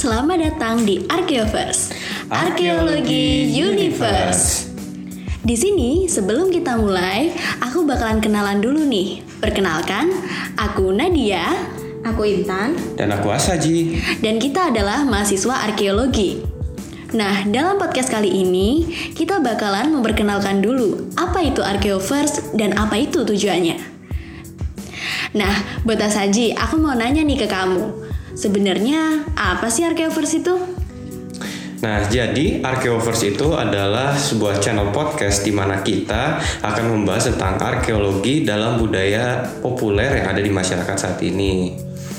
Selamat datang di Arkeoverse, Arkeologi Universe. Di sini, sebelum kita mulai, aku bakalan kenalan dulu nih. Perkenalkan, aku Nadia, aku Intan, dan aku Asaji. Dan kita adalah mahasiswa arkeologi. Nah, dalam podcast kali ini, kita bakalan memperkenalkan dulu apa itu Arkeoverse dan apa itu tujuannya. Nah, buat Asaji, aku mau nanya nih ke kamu. Sebenarnya apa sih Arkeoverse itu? Nah, jadi Arkeoverse itu adalah sebuah channel podcast di mana kita akan membahas tentang arkeologi dalam budaya populer yang ada di masyarakat saat ini.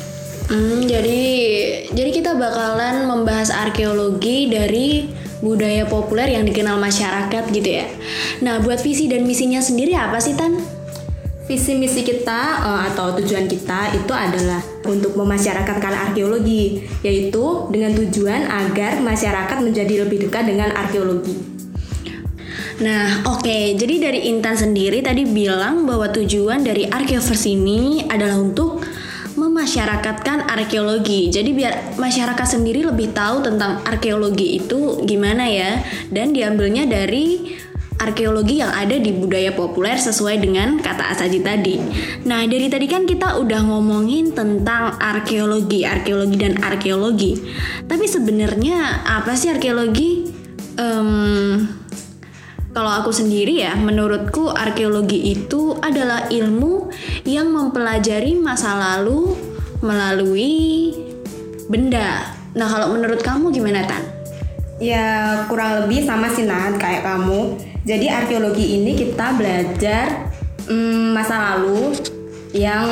Jadi kita bakalan membahas arkeologi dari budaya populer yang dikenal masyarakat gitu ya. Nah, buat visi dan misinya sendiri apa sih, Tan? Visi misi kita atau tujuan kita itu adalah untuk memasyarakatkan arkeologi, yaitu dengan tujuan agar masyarakat menjadi lebih dekat dengan arkeologi. Nah, oke. Jadi dari Intan sendiri tadi bilang bahwa tujuan dari Arkeoverse ini adalah untuk memasyarakatkan arkeologi. Jadi biar masyarakat sendiri lebih tahu tentang arkeologi itu gimana ya, dan diambilnya dari arkeologi yang ada di budaya populer sesuai dengan kata Asaji tadi. Nah, dari tadi kan kita udah ngomongin tentang arkeologi dan arkeologi. Tapi sebenarnya apa sih arkeologi? Kalau aku sendiri ya, menurutku arkeologi itu adalah ilmu yang mempelajari masa lalu melalui benda. Nah, kalau menurut kamu gimana, Tan? Ya, kurang lebih sama sih, Nat, kayak kamu. Jadi arkeologi ini kita belajar masa lalu yang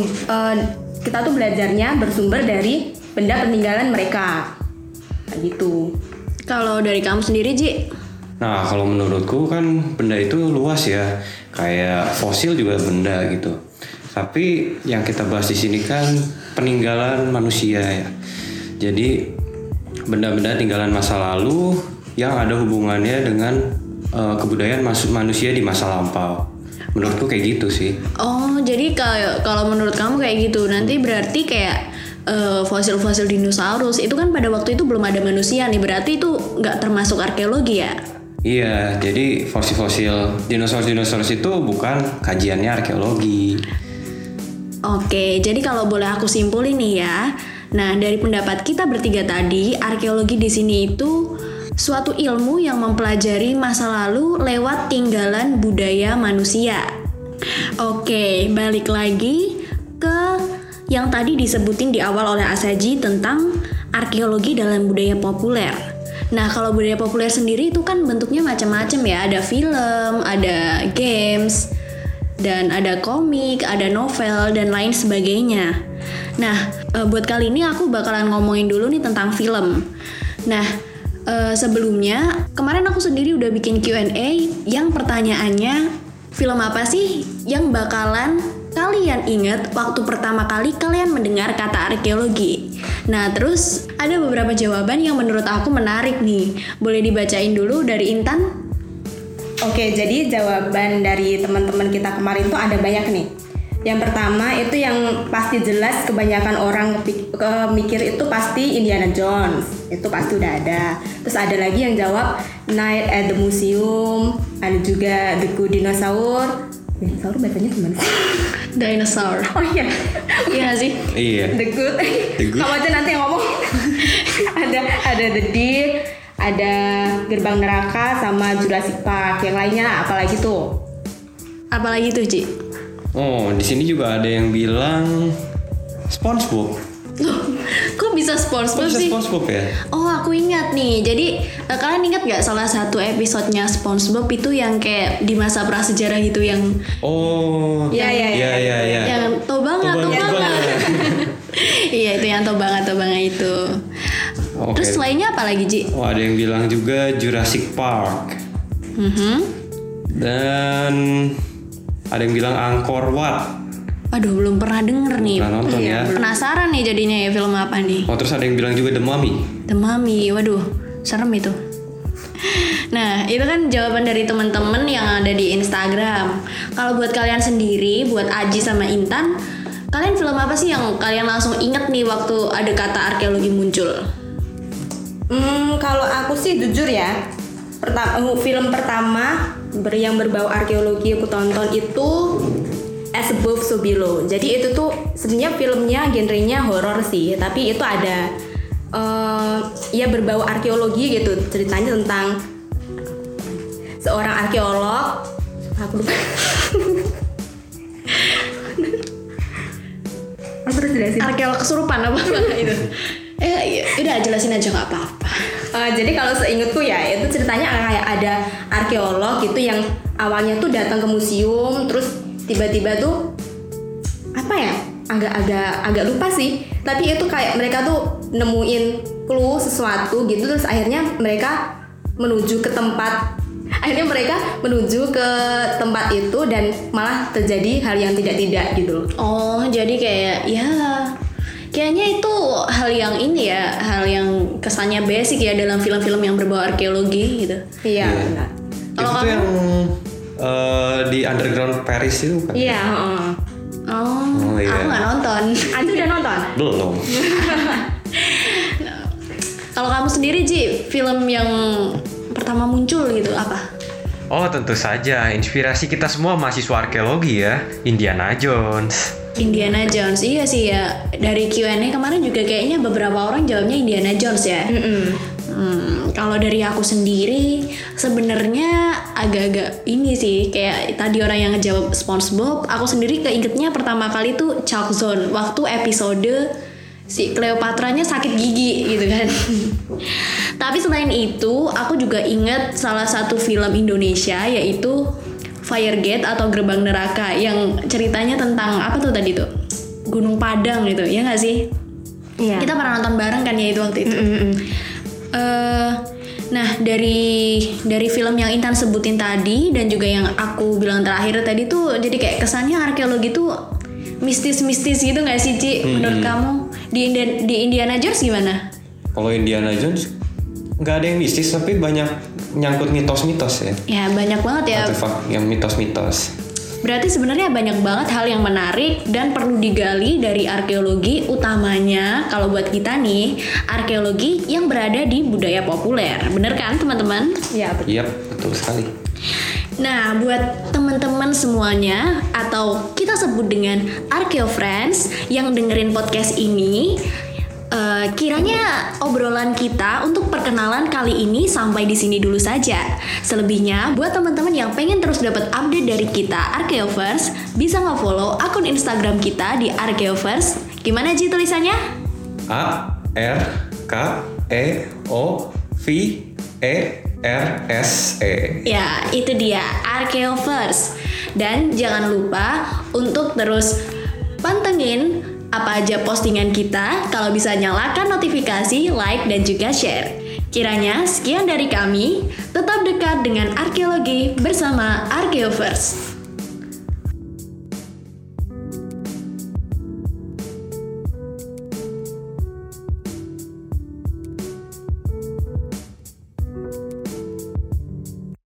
kita tuh belajarnya bersumber dari benda peninggalan mereka. Kayak gitu. Kalau dari kamu sendiri, Ji? Nah, kalau menurutku kan benda itu luas ya. Kayak fosil juga benda gitu. Tapi yang kita bahas di sini kan peninggalan manusia ya. Jadi benda-benda tinggalan masa lalu yang ada hubungannya dengan kebudayaan manusia di masa lampau. Menurutku kayak gitu sih. Oh, jadi kalau menurut kamu kayak gitu, nanti berarti kayak fosil-fosil dinosaurus itu kan pada waktu itu belum ada manusia nih, berarti itu nggak termasuk arkeologi ya? Iya, jadi fosil-fosil dinosaurus itu bukan kajiannya arkeologi. Oke, jadi kalau boleh aku simpulin nih ya. Nah, dari pendapat kita bertiga tadi, arkeologi di sini itu suatu ilmu yang mempelajari masa lalu lewat tinggalan budaya manusia. Oke, balik lagi ke yang tadi disebutin di awal oleh Asaji tentang arkeologi dalam budaya populer. Nah, kalau budaya populer sendiri itu kan bentuknya macam-macam ya. Ada film, ada games, dan ada komik, ada novel, dan lain sebagainya. Nah, buat kali ini aku bakalan ngomongin dulu nih tentang film. Nah, sebelumnya kemarin aku sendiri udah bikin Q&A yang pertanyaannya, film apa sih yang bakalan kalian ingat waktu pertama kali kalian mendengar kata arkeologi? Nah, terus ada beberapa jawaban yang menurut aku menarik nih. Boleh dibacain dulu dari Intan? Oke, jadi jawaban dari teman-teman kita kemarin tuh ada banyak nih. Yang pertama itu yang pasti jelas kebanyakan orang mikir itu pasti Indiana Jones. Itu pasti udah ada. Terus ada lagi yang jawab Night at the Museum. Ada juga The Good Dinosaur. Dinosaur bacanya gimana sih? Dinosaur. Oh iya. Iya sih? Iya. The Good. Kamu aja nanti yang ngomong. ada The Deep, ada Gerbang Neraka sama Jurassic Park. Yang lainnya apalagi tuh? Apalagi tuh, Ci? Oh, di sini juga ada yang bilang SpongeBob. Loh, kok bisa SpongeBob sih? SpongeBob ya? Oh, aku ingat nih. Jadi kalian ingat gak salah satu episodenya SpongeBob itu yang kayak di masa prasejarah gitu yang Iya. Yang tobangan. Iya, itu yang tobangan itu. Okay. Terus lainnya apa lagi, Ji? Oh, ada yang bilang juga Jurassic Park. Dan ada yang bilang Angkor Wat. Aduh, belum pernah denger nih. Pernah nonton ya. Penasaran nih jadinya ya film apa nih? Oh, terus ada yang bilang juga The Mummy. The Mummy, waduh, serem itu. Nah, itu kan jawaban dari teman-teman yang ada di Instagram. Kalau buat kalian sendiri, buat Aji sama Intan, kalian film apa sih yang kalian langsung inget nih waktu ada kata arkeologi muncul? Kalau aku sih jujur ya, film pertama yang berbau arkeologi aku tonton itu As Above So Below. Jadi itu tuh sebenarnya filmnya genrenya horor sih, tapi itu ada ya berbau arkeologi gitu. Ceritanya tentang seorang arkeolog. Aku lupa. Terus jelasin. Arkeolog kesurupan apa itu? Udah jelasin aja nggak apa-apa. Jadi kalau seingatku ya itu ceritanya kayak ada arkeolog gitu yang awalnya tuh datang ke museum, terus tiba-tiba tuh apa ya? Agak lupa sih. Tapi itu kayak mereka tuh nemuin clue sesuatu gitu, terus akhirnya mereka menuju ke tempat itu dan malah terjadi hal yang tidak gitu. Oh, jadi kayak ya kayaknya itu hal yang ini ya, hal yang kesannya basic ya dalam film-film yang berbau arkeologi gitu. Iya, benar. Itu tuh yang di Underground Paris itu kan? Iya, Oh iya. Aku nggak nonton. Anda udah nonton? Belum. Kalau kamu sendiri Ji, film yang pertama muncul gitu apa? Oh tentu saja, inspirasi kita semua mahasiswa arkeologi ya, Indiana Jones. Indiana Jones, iya sih ya. Dari Q&A kemarin juga kayaknya beberapa orang jawabnya Indiana Jones ya. Kalau dari aku sendiri sebenarnya agak-agak ini sih, kayak tadi orang yang ngejawab SpongeBob, aku sendiri keingetnya pertama kali tuh Chalk Zone waktu episode si Cleopatra-nya sakit gigi gitu kan. Tapi selain itu, aku juga inget salah satu film Indonesia yaitu Firegate atau Gerbang Neraka yang ceritanya tentang apa tuh tadi tuh? Gunung Padang gitu, ya nggak sih? Iya. Kita pernah nonton bareng kan ya itu waktu itu. Nah dari film yang Intan sebutin tadi dan juga yang aku bilang terakhir tadi tuh, jadi kayak kesannya arkeologi tuh mistis-mistis gitu nggak sih Ci? Menurut kamu di Indiana Jones gimana? Kalau Indiana Jones nggak ada yang mistis, tapi banyak nyangkut mitos-mitos ya. Ya banyak banget ya. Artefak yang mitos-mitos. Berarti sebenarnya banyak banget hal yang menarik dan perlu digali dari arkeologi, utamanya kalau buat kita nih, arkeologi yang berada di budaya populer. Bener kan teman-teman? Iya, betul. Iya, betul sekali. Nah, buat teman-teman semuanya atau kita sebut dengan Arkeo Friends yang dengerin podcast ini, kiranya obrolan kita untuk perkenalan kali ini sampai di sini dulu saja. Selebihnya, buat teman-teman yang pengen terus dapat update dari kita Arkeovers, bisa nge-follow akun Instagram kita di Arkeovers. Gimana Ji tulisannya? ARKEOVERSE. Ya, itu dia Arkeovers. Dan jangan lupa untuk terus pantengin apa aja postingan kita, kalau bisa nyalakan notifikasi, like, dan juga share. Kiranya sekian dari kami, tetap dekat dengan arkeologi bersama Arkeovers.